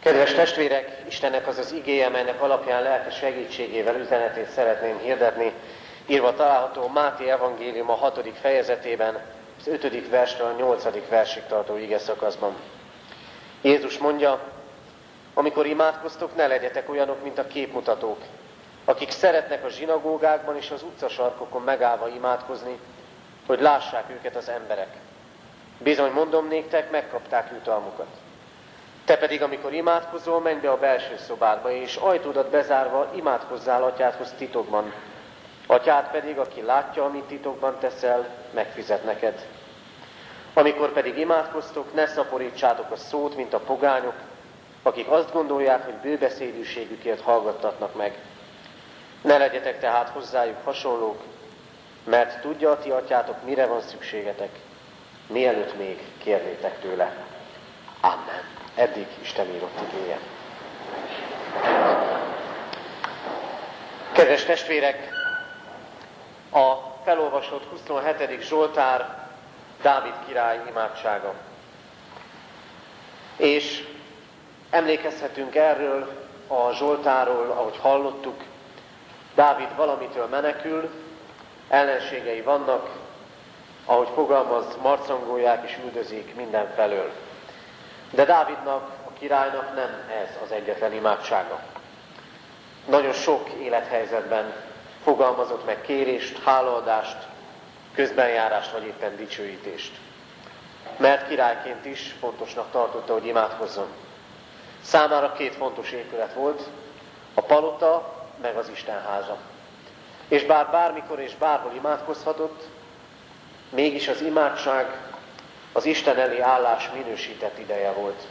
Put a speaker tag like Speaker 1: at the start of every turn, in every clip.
Speaker 1: Kedves testvérek, Istennek az az igéje, melynek alapján lelke segítségével üzenetét szeretném hirdetni, írva található Máté evangélium a 6. fejezetében, az 5. verstől a 8. versig tartó ige szakaszban. Jézus mondja, amikor imádkoztok, ne legyetek olyanok, mint a képmutatók, akik szeretnek a zsinagógákban és az utcasarkokon megállva imádkozni, hogy lássák őket az emberek. Bizony mondom néktek, megkapták jutalmukat. Te pedig, amikor imádkozol, menj be a belső szobádba, és ajtódat bezárva imádkozzál atyádhoz titokban. Atyád pedig, aki látja, amit titokban teszel, megfizet neked. Amikor pedig imádkoztok, ne szaporítsátok a szót, mint a pogányok, akik azt gondolják, hogy bőbeszédűségükért hallgattatnak meg. Ne legyetek tehát hozzájuk hasonlók, mert tudja a ti atyátok, mire van szükségetek, mielőtt még kérnétek tőle. Amen. Eddig Isten írott igéje. Kedves testvérek, a felolvasott 27. Zsoltár Dávid király imádsága. És emlékezhetünk erről a Zsoltárról, ahogy hallottuk, Dávid valamitől menekül, ellenségei vannak, ahogy fogalmaz, marcangolják és üldözik mindenfelől. De Dávidnak, a királynak nem ez az egyetlen imádsága. Nagyon sok élethelyzetben fogalmazott meg kérést, hálaadást, közbenjárást vagy éppen dicsőítést. Mert királyként is fontosnak tartotta, hogy imádkozzon. Számára 2 fontos épület volt, a palota meg az Istenháza. És bár bármikor és bárhol imádkozhatott, mégis az imádság az Isten elé állás minősített ideje volt.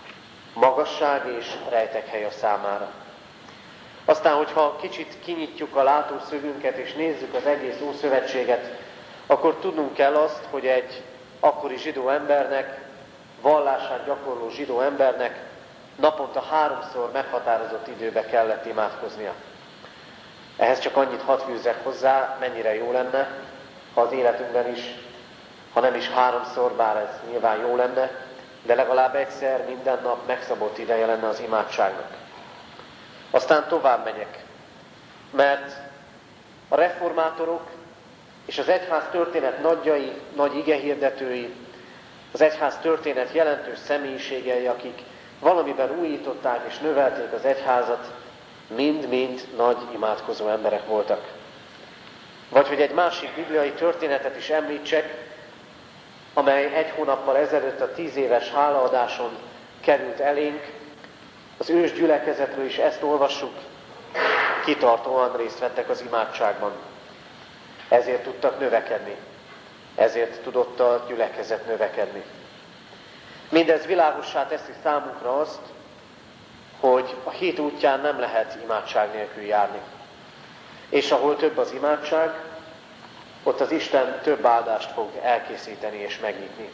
Speaker 1: Magasság és rejtekhely a számára. Aztán, hogyha kicsit kinyitjuk a látószögünket és nézzük az egész Ószövetséget, akkor tudnunk kell azt, hogy egy akkori zsidó embernek, vallását gyakorló zsidó embernek naponta 3-szor meghatározott időbe kellett imádkoznia. Ehhez csak annyit hadd fűzzek hozzá, mennyire jó lenne, ha az életünkben is, ha nem is 3-szor, bár ez nyilván jó lenne, de legalább egyszer minden nap megszabott ideje lenne az imádságnak. Aztán tovább megyek, mert a reformátorok és az egyház történet nagyjai, nagy igehirdetői, az egyház történet jelentős személyiségei, akik valamiben újították és növelték az egyházat, mind-mind nagy imádkozó emberek voltak. Vagy hogy egy másik bibliai történetet is említsek, amely 1 hónappal ezelőtt a 10 éves hálaadáson került elénk, az ős gyülekezetről is ezt olvassuk, kitartóan részt vettek az imádságban. Ezért tudtak növekedni, ezért tudott a gyülekezet növekedni. Mindez világossá teszi számunkra azt, hogy a hit útján nem lehet imádság nélkül járni. És ahol több az imádság, ott az Isten több áldást fog elkészíteni és megnyitni.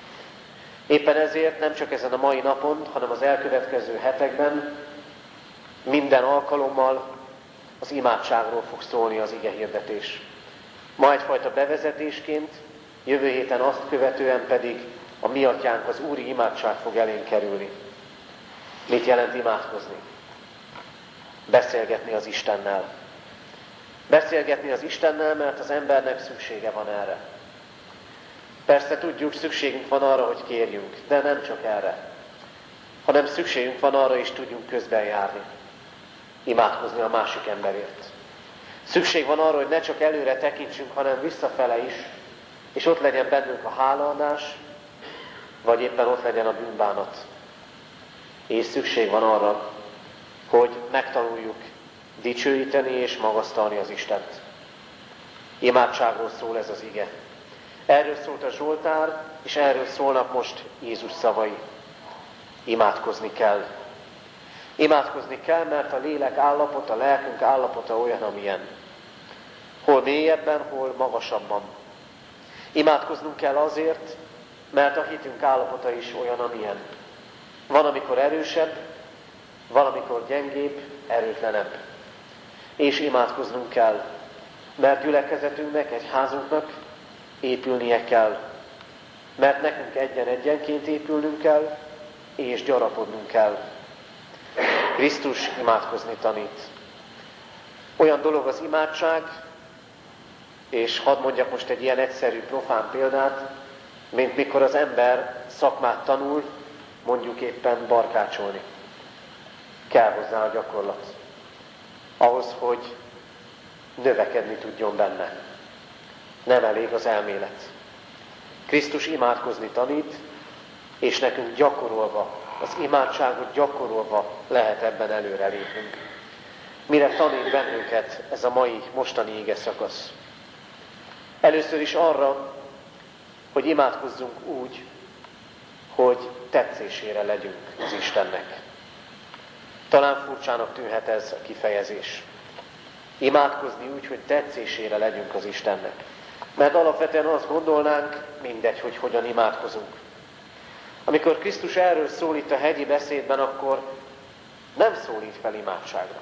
Speaker 1: Éppen ezért nem csak ezen a mai napon, hanem az elkövetkező hetekben minden alkalommal az imádságról fog szólni az igehirdetés. Ma egyfajta bevezetésként, jövő héten azt követően pedig a mi atyánk, az úri imádság fog elénk kerülni. Mit jelent imádkozni? Beszélgetni az Istennel. Beszélgetni az Istennel, mert az embernek szüksége van erre. Persze tudjuk, szükségünk van arra, hogy kérjünk, de nem csak erre, hanem szükségünk van arra is, tudjunk közben járni, imádkozni a másik emberért. Szükség van arra, hogy ne csak előre tekintsünk, hanem visszafele is, és ott legyen bennünk a hálaadás, vagy éppen ott legyen a bűnbánat. És szükség van arra, hogy megtanuljuk dicsőíteni és magasztalni az Istent. Imádságról szól ez az ige. Erről szólt a Zsoltár, és erről szólnak most Jézus szavai. Imádkozni kell. Imádkozni kell, mert a lélek állapota, a lelkünk állapota olyan, amilyen. Hol mélyebben, hol magasabban. Imádkoznunk kell azért, mert a hitünk állapota is olyan, amilyen. Van, amikor erősebb, van, amikor gyengébb, erőtlenebb. És imádkoznunk kell, mert gyülekezetünknek, egyházunknak épülnie kell. Mert nekünk egyen-egyenként épülnünk kell, és gyarapodnunk kell. Krisztus imádkozni tanít. Olyan dolog az imádság, és hadd mondjak most egy ilyen egyszerű, profán példát, mint mikor az ember szakmát tanul, mondjuk éppen barkácsolni. Kell hozzá a gyakorlat. Ahhoz, hogy növekedni tudjon benne. Nem elég az elmélet. Krisztus imádkozni tanít, és nekünk gyakorolva, az imádságot gyakorolva lehet ebben előrelépnünk. Mire tanít bennünket ez a mostani ige szakasz? Először is arra, hogy imádkozzunk úgy, hogy tetszésére legyünk az Istennek. Talán furcsának tűnhet ez a kifejezés. Imádkozni úgy, hogy tetszésére legyünk az Istennek. Mert alapvetően azt gondolnánk, mindegy, hogy hogyan imádkozunk. Amikor Krisztus erről szólít a hegyi beszédben, akkor nem szólít fel imádságra.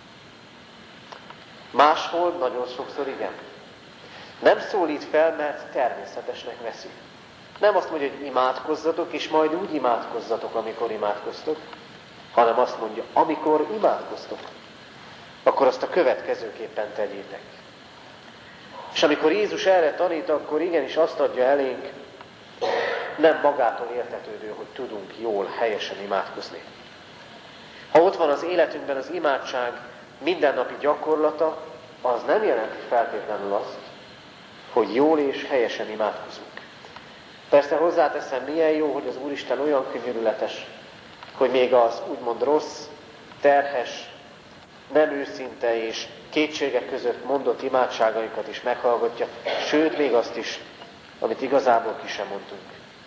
Speaker 1: Máshol nagyon sokszor igen. Nem szólít fel, mert természetesnek veszi. Nem azt mondja, hogy imádkozzatok, és majd úgy imádkozzatok, amikor imádkoztok, hanem azt mondja, amikor imádkoztok, akkor azt a következőképpen tegyétek. És amikor Jézus erre tanít, akkor igenis azt adja elénk, nem magától értetődő, hogy tudunk jól, helyesen imádkozni. Ha ott van az életünkben az imádság mindennapi gyakorlata, az nem jelenti feltétlenül azt, hogy jól és helyesen imádkozunk. Persze hozzáteszem, milyen jó, hogy az Úristen olyan könyörületes, hogy még az úgymond rossz, terhes, nem őszinte és kétségek között mondott imádságainkat is meghallgatja, sőt, még azt is, amit igazából ki sem mondtunk.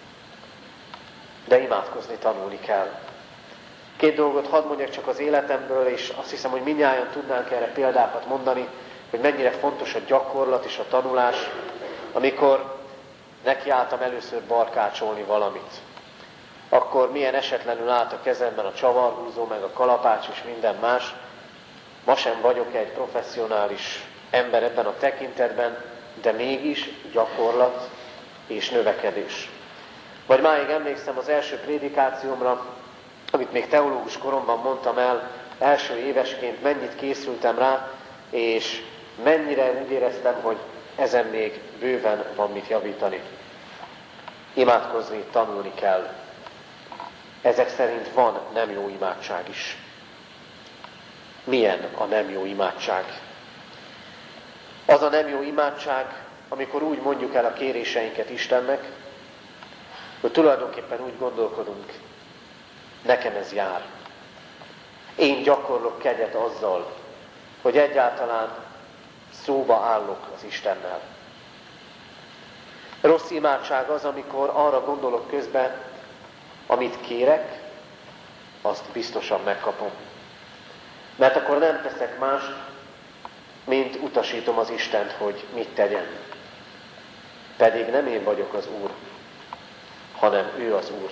Speaker 1: De imádkozni tanulni kell. 2 dolgot hadd mondjak csak az életemből, és azt hiszem, hogy mindnyájan tudnánk erre példákat mondani, hogy mennyire fontos a gyakorlat és a tanulás, amikor nekiálltam először barkácsolni valamit. Akkor milyen esetlenül állt a kezemben a csavarhúzó, meg a kalapács és minden más. Ma sem vagyok egy professzionális ember ebben a tekintetben, de mégis gyakorlat és növekedés. Vagy máig emlékszem az első prédikációmra, amit még teológus koromban mondtam el, első évesként mennyit készültem rá, és mennyire úgy éreztem, hogy ezen még bőven van mit javítani. Imádkozni, tanulni kell. Ezek szerint van nem jó imádság is. Milyen a nem jó imádság? Az a nem jó imádság, amikor úgy mondjuk el a kéréseinket Istennek, hogy tulajdonképpen úgy gondolkodunk, nekem ez jár. Én gyakorlok kegyet azzal, hogy egyáltalán szóba állok az Istennel. Rossz imádság az, amikor arra gondolok közben, amit kérek, azt biztosan megkapom. Mert akkor nem teszek mást, mint utasítom az Istent, hogy mit tegyen. Pedig nem én vagyok az Úr, hanem ő az Úr.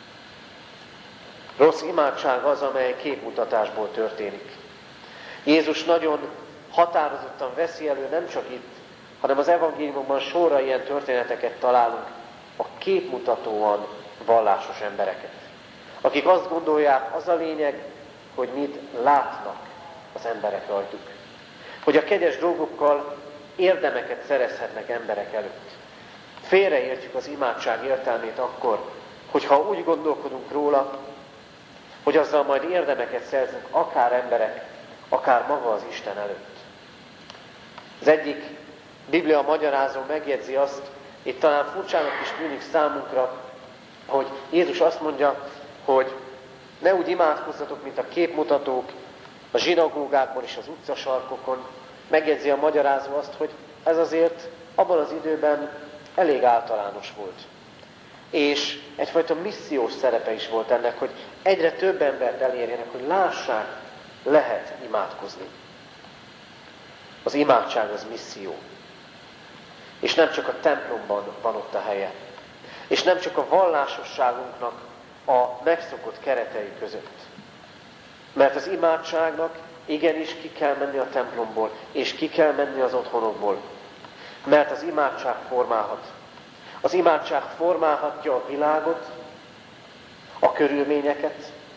Speaker 1: Rossz imádság az, amely képmutatásból történik. Jézus nagyon határozottan veszi elő, nem csak itt, hanem az evangéliumokban sorra ilyen történeteket találunk, a képmutatóan vallásos embereket. Akik azt gondolják, az a lényeg, hogy mit látnak az emberek rajtuk. Hogy a kegyes dolgokkal érdemeket szerezhetnek emberek előtt. Félreértjük az imádság értelmét akkor, hogyha úgy gondolkodunk róla, hogy azzal majd érdemeket szerzünk akár emberek, akár maga az Isten előtt. Az egyik Biblia magyarázó megjegyzi azt, itt talán furcsának is tűnik számunkra, hogy Jézus azt mondja, hogy ne úgy imádkozzatok, mint a képmutatók a zsinagógákban és az utcasarkokon. Megjegyzi a magyarázó azt, hogy ez azért abban az időben elég általános volt. És egyfajta missziós szerepe is volt ennek, hogy egyre több embert elérjenek, hogy lássák, lehet imádkozni. Az imádság az misszió. És nem csak a templomban van ott a helye. És nem csak a vallásosságunknak a megszokott keretei között. Mert az imádságnak igenis ki kell menni a templomból, és ki kell menni az otthonokból. Mert az imádság formálhat. Az imádság formálhatja a világot, a körülményeket,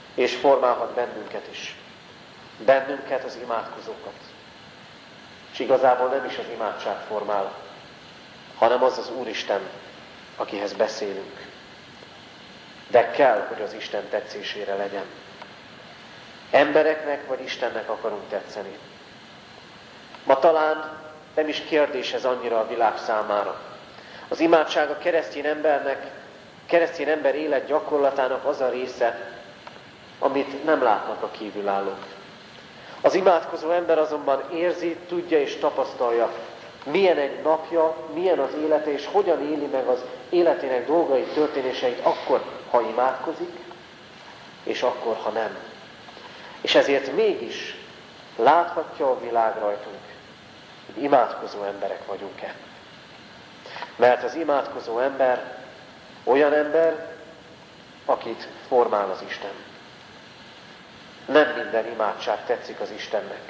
Speaker 1: és formálhat bennünket is. Bennünket, az imádkozókat. És igazából nem is az imádság formál, hanem az az Úristen, akihez beszélünk. De kell, hogy az Isten tetszésére legyen. Embereknek vagy Istennek akarunk tetszeni. Ma talán nem is kérdés ez annyira a világ számára. Az imádság a keresztény ember élet gyakorlatának az a része, amit nem látnak a kívülállók. Az imádkozó ember azonban érzi, tudja és tapasztalja, milyen egy napja, milyen az élete, és hogyan éli meg az életének dolgait, történéseit akkor, ha imádkozik, és akkor, ha nem. És ezért mégis láthatja a világ rajtunk, hogy imádkozó emberek vagyunk-e. Mert az imádkozó ember olyan ember, akit formál az Isten. Nem minden imádság tetszik az Istennek.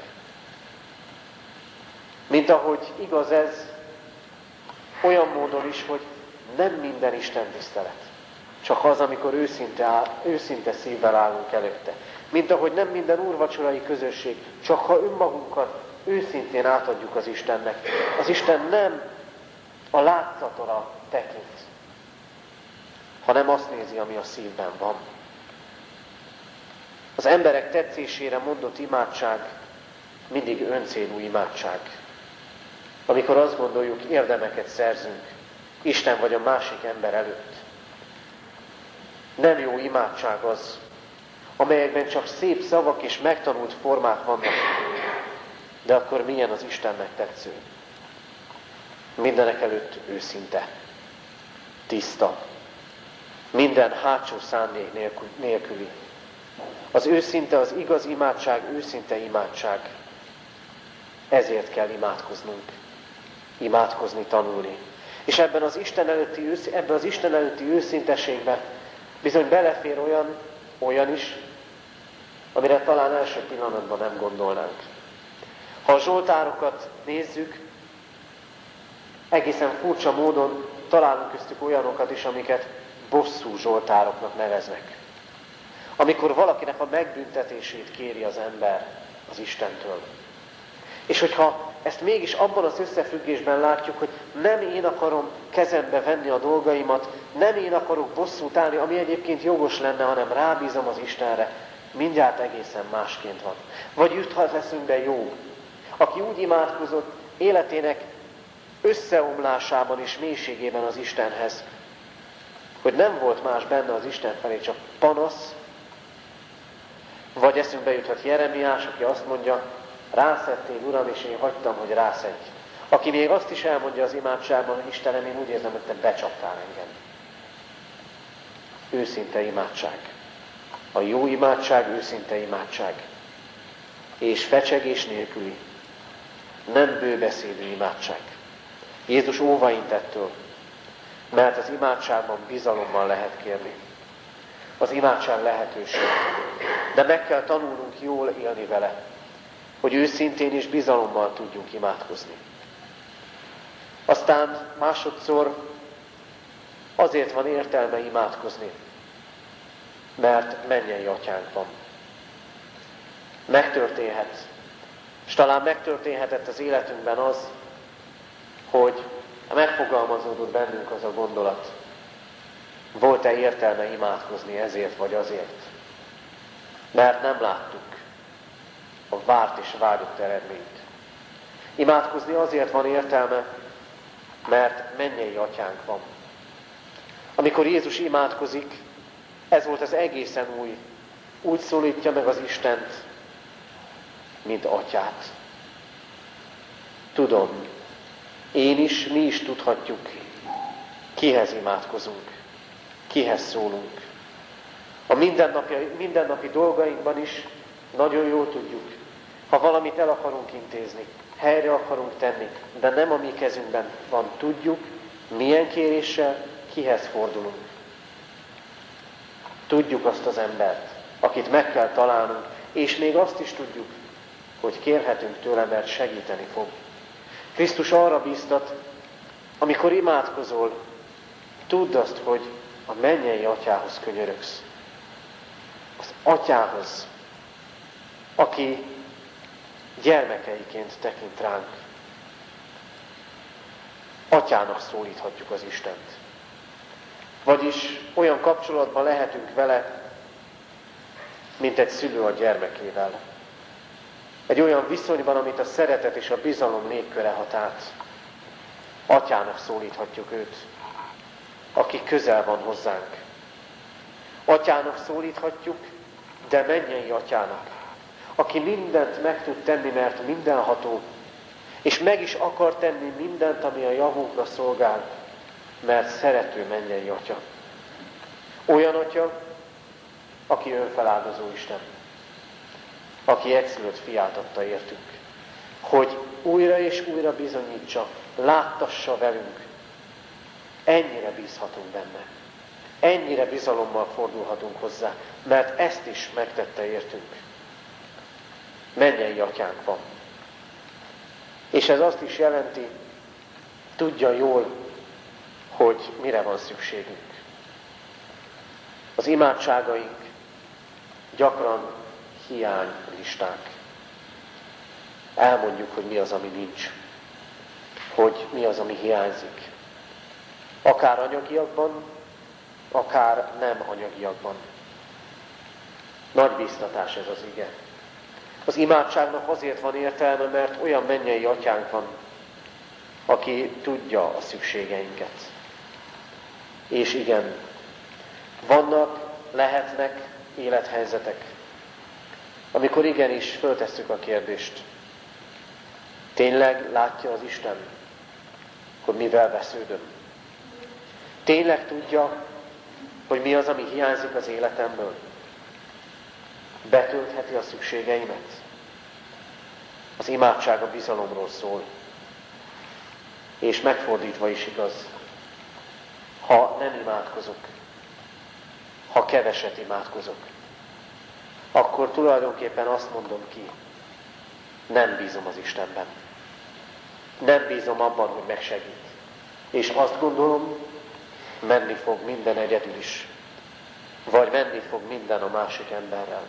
Speaker 1: Mint ahogy igaz ez, olyan módon is, hogy nem minden Isten tisztelet. Csak az, amikor őszinte szívvel állunk előtte. Mint ahogy nem minden úrvacsorai közösség, csak ha önmagunkat őszintén átadjuk az Istennek. Az Isten nem a látszatra tekint, hanem azt nézi, ami a szívben van. Az emberek tetszésére mondott imádság mindig öncélú imádság. Amikor azt gondoljuk, érdemeket szerzünk Isten vagy a másik ember előtt. Nem jó imádság az, amelyekben csak szép szavak és megtanult formák vannak. De akkor milyen az Istennek tetsző? Mindenek előtt őszinte, tiszta, minden hátsó szándék nélküli. Az őszinte, az igaz imádság, őszinte imádság. Ezért kell imádkoznunk, imádkozni, tanulni. És ebben az Isten előtti őszinteségben bizony belefér olyan is, amire talán első pillanatban nem gondolnánk. Ha a zsoltárokat nézzük, egészen furcsa módon találunk köztük olyanokat is, amiket bosszú zsoltároknak neveznek. Amikor valakinek a megbüntetését kéri az ember az Istentől. És hogyha ezt mégis abban az összefüggésben látjuk, hogy nem én akarom kezembe venni a dolgaimat, nem én akarok bosszút állni, ami egyébként jogos lenne, hanem rábízom az Istenre, mindjárt egészen másként van. vagy juthat eszünkbe Jobb, aki úgy imádkozott életének összeomlásában és mélységében az Istenhez, hogy nem volt más benne az Isten felé, csak panasz, vagy eszünkbe juthat Jeremiás, aki azt mondja, rászettél, Uram, és én hagytam, hogy rászedj. Aki még azt is elmondja az imádságban, hogy Istenem, én úgy érzem, hogy te becsaptál engem. Őszinte imádság. A jó imádság, őszinte imádság. És fecsegés nélküli, nem bőbeszédű imádság. Jézus óvaint ettől, mert az imádságban bizalommal lehet kérni. Az imádság lehetőség. De meg kell tanulnunk jól élni vele, hogy őszintén és bizalommal tudjunk imádkozni. Aztán másodszor azért van értelme imádkozni, mert mennyei atyánk van. Megtörténhet, és talán megtörténhetett az életünkben az, hogy megfogalmazódott bennünk az a gondolat, volt-e értelme imádkozni ezért vagy azért, mert nem láttuk a várt és vágyott eredményt. Imádkozni azért van értelme, mert mennyei atyánk van. Amikor Jézus imádkozik, ez volt az egészen új. Úgy szólítja meg az Istent, mint atyát. Tudom, én is, mi is tudhatjuk, kihez imádkozunk, kihez szólunk. A mindennapi dolgainkban is nagyon jól tudjuk, ha valamit el akarunk intézni, helyre akarunk tenni, de nem a mi kezünkben van, tudjuk, milyen kéréssel, kihez fordulunk. Tudjuk azt az embert, akit meg kell találnunk, és még azt is tudjuk, hogy kérhetünk tőle, mert segíteni fog. Krisztus arra bíztat, amikor imádkozol, tudd azt, hogy a mennyei atyához könyörögsz. az Atyához, aki gyermekeiként tekint ránk. Atyának szólíthatjuk az Istent. Vagyis olyan kapcsolatban lehetünk vele, mint egy szülő a gyermekével. Egy olyan viszonyban, amit a szeretet és a bizalom légköre hat át. Atyának szólíthatjuk őt, aki közel van hozzánk. Atyának szólíthatjuk, de mennyei Atyának, aki mindent meg tud tenni, mert mindenható, és meg is akar tenni mindent, ami a javunkra szolgál, mert szerető mennyei Atya. Olyan Atya, aki önfeláldozó Isten, aki egyszülött fiát adta értünk, hogy újra és újra bizonyítsa, láttassa velünk. Ennyire bízhatunk benne. Ennyire bizalommal fordulhatunk hozzá, mert ezt is megtette értünk. Mennyei Atyánk van. És ez azt is jelenti, tudja jól, hogy mire van szükségünk. Az imádságaink gyakran hiánylisták. Elmondjuk, hogy mi az, ami nincs. Hogy mi az, ami hiányzik. Akár anyagiakban, akár nem anyagiakban. Nagy bíztatás ez az ige. Az imádságnak azért van értelme, mert olyan mennyei Atyánk van, aki tudja a szükségeinket. És igen, vannak, lehetnek élethelyzetek, amikor igenis föltesszük a kérdést. Tényleg látja az Isten, hogy mivel vesződöm? Tényleg tudja, hogy mi az, ami hiányzik az életemből? Betöltheti a szükségeimet? Az imádság a bizalomról szól. És megfordítva is igaz. Ha nem imádkozok, ha keveset imádkozok, akkor tulajdonképpen azt mondom ki, nem bízom az Istenben. Nem bízom abban, hogy megsegít. És azt gondolom, menni fog minden egyedül is. Vagy menni fog minden a másik emberrel.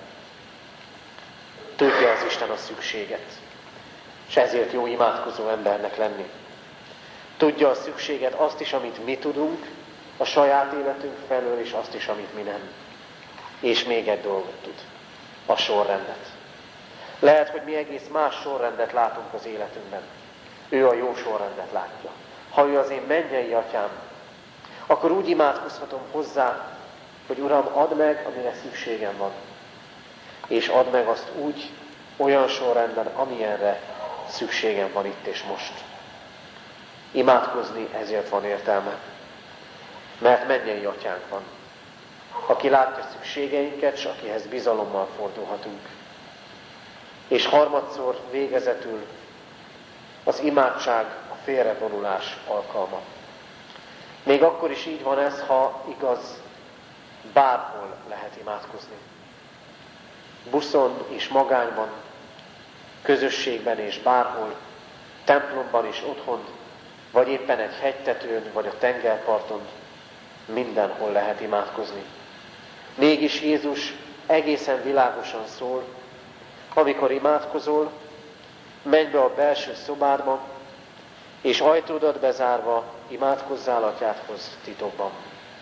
Speaker 1: Tudja az Isten a szükséget. És ezért jó imádkozó embernek lenni. Tudja a szükséget, azt is, amit mi tudunk, a saját életünk felől, és azt is, amit mi nem. És még egy dolgot tud. A sorrendet. Lehet, hogy mi egész más sorrendet látunk az életünkben. Ő a jó sorrendet látja. Ha ő az én mennyei Atyám, akkor úgy imádkozhatom hozzá, hogy Uram, add meg, amire szükségem van. És add meg azt úgy, olyan sorrendben, amilyenre szükségem van itt és most. Imádkozni ezért van értelme. Mert mennyei Atyánk van, aki látja szükségeinket, és akihez bizalommal fordulhatunk. És harmadszor végezetül az imádság a félrevonulás alkalma. Még akkor is így van ez, ha igaz, bárhol lehet imádkozni. Buszon és magányban, közösségben és bárhol, templomban és otthon, vagy éppen egy hegytetőn, vagy a tengerparton, mindenhol lehet imádkozni. Mégis Jézus egészen világosan szól, amikor imádkozol, menj be a belső szobádba, és ajtódat bezárva imádkozzál Atyádhoz titokban.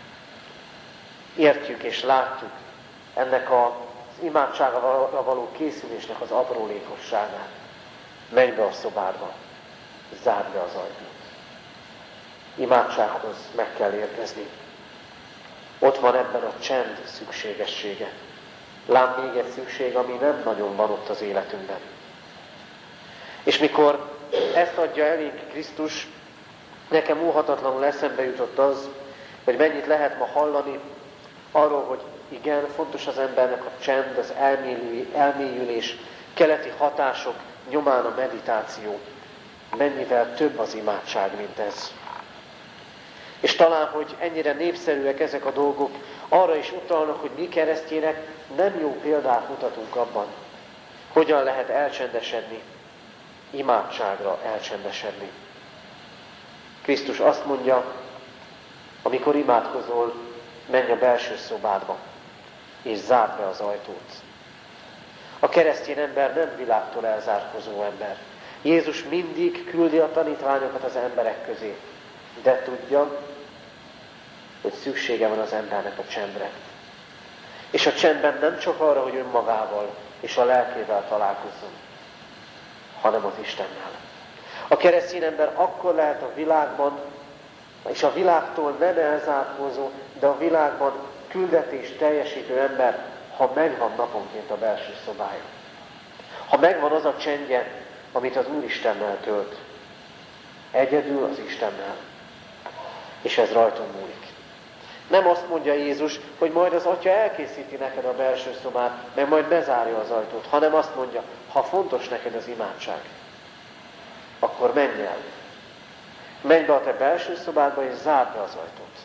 Speaker 1: Értjük és látjuk ennek az imádságra való készülésnek az aprólékosságát. Menj be a szobádba, zárd be az ajtót. Imádsághoz meg kell érkezni. Ott van ebben a csend szükségessége. Lám még egy szükség, ami nem nagyon van ott az életünkben. És mikor ezt adja elénk Krisztus, nekem óhatatlanul eszembe jutott az, hogy mennyit lehet ma hallani arról, hogy igen, fontos az embernek a csend, az elmélyülés, keleti hatások nyomán a meditáció. Mennyivel több az imádság, mint ez. És talán, hogy ennyire népszerűek ezek a dolgok, arra is utalnak, hogy mi keresztjének nem jó példát mutatunk abban, hogyan lehet elcsendesedni, imádságra elcsendesedni. Krisztus azt mondja, amikor imádkozol, menj a belső szobádba, és zárd be az ajtót. A keresztény ember nem világtól elzárkózó ember. Jézus mindig küldi a tanítványokat az emberek közé, de tudja, hogy szüksége van az embernek a csendre. És a csendben nem csak arra, hogy önmagával és a lelkével találkozzon, hanem az Istennel. A keresztény ember akkor lehet a világban, és a világtól nem elzárkózó, de a világban küldetést teljesítő ember, ha megvan naponként a belső szobája. Ha megvan az a csendje, amit az Úristennel tölt. Egyedül az Istennel. És ez rajtunk múlik. Nem azt mondja Jézus, hogy majd az Atya elkészíti neked a belső szobát, meg majd bezárja az ajtót, hanem azt mondja, ha fontos neked az imádság, akkor menj el. Menj be a te belső szobádba, és zárd be az ajtót.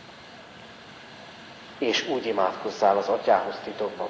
Speaker 1: És úgy imádkozzál az Atyához titokban.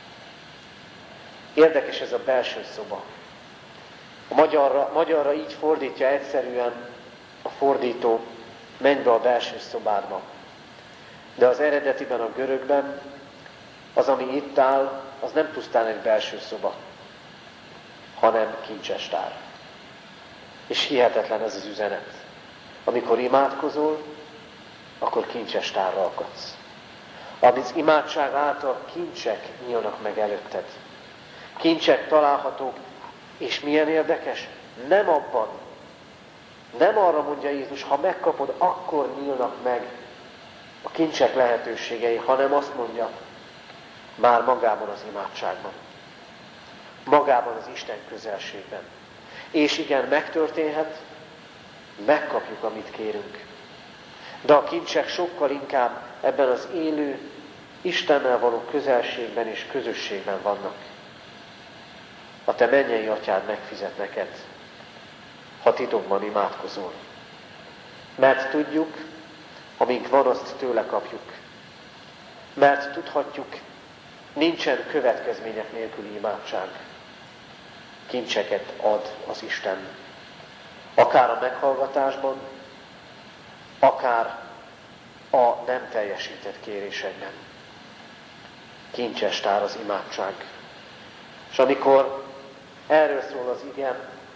Speaker 1: Érdekes ez a belső szoba. A magyarra így fordítja egyszerűen a fordító, menj be a belső szobádba. De az eredetiben, a görögben, az, ami itt áll, az nem pusztán egy belső szoba, hanem kincsestár. És hihetetlen ez az üzenet. Amikor imádkozol, akkor kincsestárra akadsz. Az imádság által kincsek nyílnak meg előtted. Kincsek találhatók, és milyen érdekes, nem abban, nem arra mondja Jézus, ha megkapod, akkor nyílnak meg a kincsek lehetőségei, hanem azt mondja, már magában az imádságban, magában az Isten közelségben. És igen, megtörténhet, megkapjuk, amit kérünk. De a kincsek sokkal inkább ebben az élő, Istennel való közelségben és közösségben vannak. A te mennyei atyád megfizet neked, ha titokban imádkozol. Mert tudjuk, amink van, azt tőle kapjuk. Mert tudhatjuk, nincsen következmények nélküli imádság. Kincseket ad az Isten. Akár a meghallgatásban, akár a nem teljesített kérésekben. Kincsestár az imádság. És amikor erről szól az igen,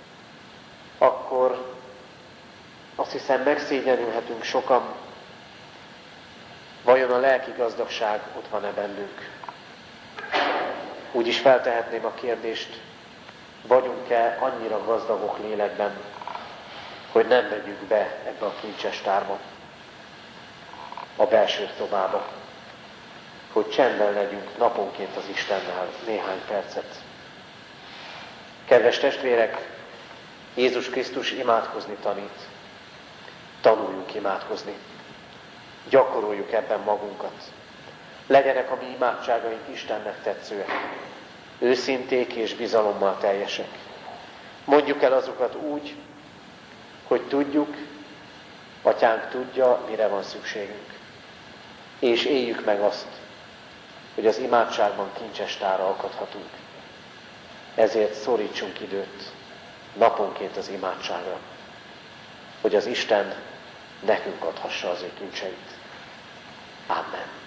Speaker 1: akkor azt hiszem megszégyenülhetünk sokan, vajon a lelki gazdagság ott van-e bennünk? Úgy is feltehetném a kérdést, vagyunk-e annyira gazdagok lélekben, hogy nem megyünk be ebbe a kincsestárba, a belső szobába, hogy csendben legyünk naponként az Istennel néhány percet. Kedves testvérek, Jézus Krisztus imádkozni tanít. Tanuljunk imádkozni. Gyakoroljuk ebben magunkat. Legyenek a mi imádságaink Istennek tetszőek. Őszinték és bizalommal teljesek. Mondjuk el azokat úgy, hogy tudjuk, Atyánk tudja, mire van szükségünk. És éljük meg azt, hogy az imádságban kincsestárra akadhatunk. Ezért szorítsunk időt naponként az imádságra, hogy az Isten nekünk adhassa az ő kincseit. Amen.